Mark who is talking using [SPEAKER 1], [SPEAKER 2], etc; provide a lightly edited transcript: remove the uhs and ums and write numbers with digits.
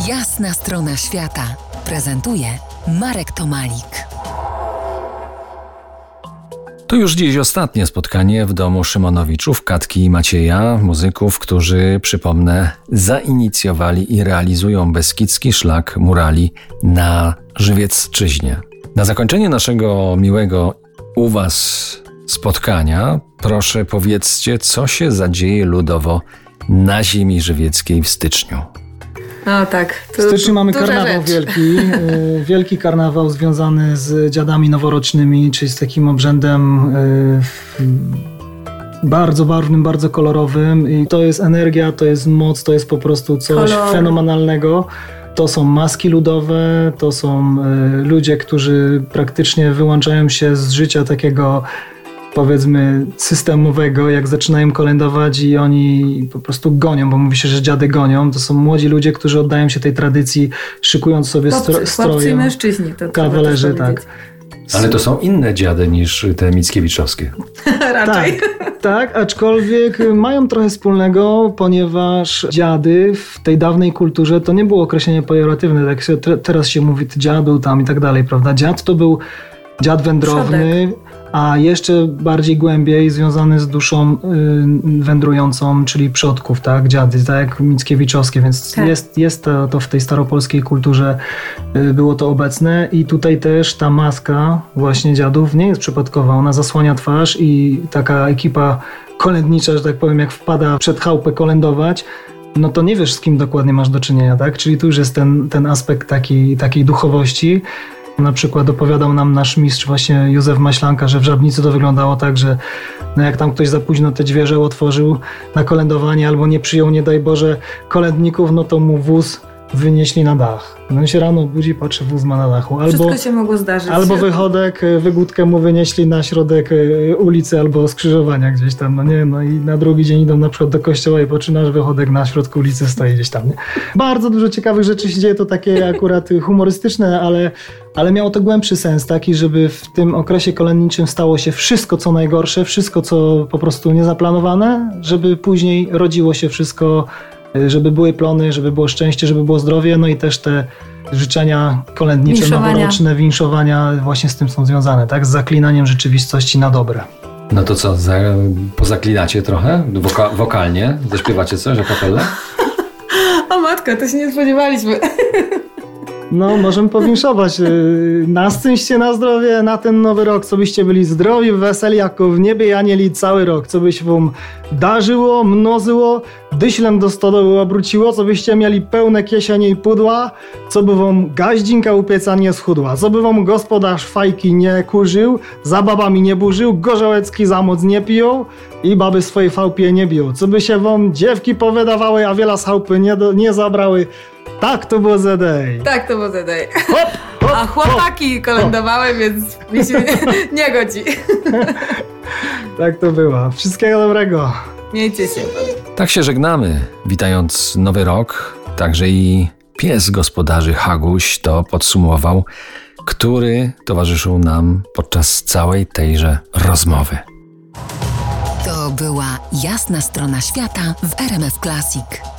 [SPEAKER 1] Jasna strona świata prezentuje Marek Tomalik.
[SPEAKER 2] To już dziś ostatnie spotkanie w domu Szymonowiczów, Katki i Macieja, muzyków, którzy, przypomnę, zainicjowali i realizują beskidzki szlak murali na Żywiecczyźnie. Na zakończenie naszego miłego u was spotkania proszę powiedzcie, co się zadzieje ludowo na ziemi żywieckiej w styczniu.
[SPEAKER 3] No tak.
[SPEAKER 4] W styczniu mamy karnawał
[SPEAKER 3] rzecz.
[SPEAKER 4] wielki karnawał związany z dziadami noworocznymi, czyli z takim obrzędem bardzo barwnym, bardzo kolorowym i to jest energia, to jest moc, to jest po prostu coś fenomenalnego. To są maski ludowe, to są ludzie, którzy praktycznie wyłączają się z życia takiego, powiedzmy, systemowego, jak zaczynają kolędować i oni po prostu gonią, bo mówi się, że dziady gonią. To są młodzi ludzie, którzy oddają się tej tradycji, szykując sobie stroje.
[SPEAKER 3] Chłopcy i mężczyźni. To
[SPEAKER 4] kawalerzy, tak.
[SPEAKER 2] Ale to są inne dziady niż te Mickiewiczowskie.
[SPEAKER 3] Raczej.
[SPEAKER 4] Tak, aczkolwiek mają trochę wspólnego, ponieważ dziady w tej dawnej kulturze to nie było określenie pejoratywne, tak się, teraz się mówi dziadu tam i tak dalej, prawda? Dziad to był dziad wędrowny, a jeszcze bardziej głębiej związany z duszą wędrującą, czyli przodków, tak? Dziady, tak jak Mickiewiczowskie, więc tak. jest to w tej staropolskiej kulturze było to obecne i tutaj też ta maska właśnie dziadów nie jest przypadkowa, ona zasłania twarz i taka ekipa kolędnicza, że tak powiem, jak wpada przed chałupę kolędować, no to nie wiesz, z kim dokładnie masz do czynienia, tak? Czyli tu już jest ten aspekt takiej duchowości. Na przykład opowiadał nam nasz mistrz właśnie Józef Maślanka, że w Żabnicy to wyglądało tak, że no jak tam ktoś za późno te drzwi otworzył na kolędowanie albo nie przyjął, nie daj Boże, kolędników, no to mu wóz wynieśli na dach. No on się rano budzi, patrzy, wóz ma na dachu.
[SPEAKER 3] Wszystko się mogło zdarzyć.
[SPEAKER 4] Albo wygódkę mu wynieśli na środek ulicy albo skrzyżowania gdzieś tam, no nie, no i na drugi dzień idą na przykład do kościoła i nasz wychodek na środku ulicy stoi gdzieś tam, nie? Bardzo dużo ciekawych rzeczy się dzieje, to takie akurat humorystyczne, ale miało to głębszy sens taki, żeby w tym okresie kolędniczym stało się wszystko co najgorsze, wszystko co po prostu niezaplanowane, żeby później rodziło się wszystko, żeby były plony, żeby było szczęście, żeby było zdrowie, no i też te życzenia kolędnicze, noworoczne, winszowania właśnie z tym są związane, tak? Z zaklinaniem rzeczywistości na dobre.
[SPEAKER 2] No to co, pozaklinacie trochę? Wokalnie? Zaśpiewacie coś, a kapellę?
[SPEAKER 3] O matko, to się nie spodziewaliśmy.
[SPEAKER 4] No, możemy powinszować. Na szczęście, na zdrowie, na ten nowy rok, co byście byli zdrowi, weseli, jako w niebie i anieli cały rok, co by się wam darzyło, mnożyło, dyślem do stodoły obróciło, co byście mieli pełne kieszenie i pudła, co by wam gaździnka u pieca nie schudła, co by wam gospodarz fajki nie kurzył, za babami nie burzył, gorzołecki za moc nie piją i baby swojej chałupie nie biją, co by się wam dziewki powydawały, a wiele z chałupy nie zabrały. Tak to było Zedej.
[SPEAKER 3] Tak to było Zedej.
[SPEAKER 4] Hop, hop,
[SPEAKER 3] a chłopaki kolędowały, więc mi się nie godzi.
[SPEAKER 4] Tak to było. Wszystkiego dobrego.
[SPEAKER 3] Miejcie się.
[SPEAKER 2] Tak się żegnamy, witając nowy rok. Także i pies gospodarzy Haguś to podsumował, który towarzyszył nam podczas całej tejże rozmowy.
[SPEAKER 1] To była Jasna strona świata w RMF Classic.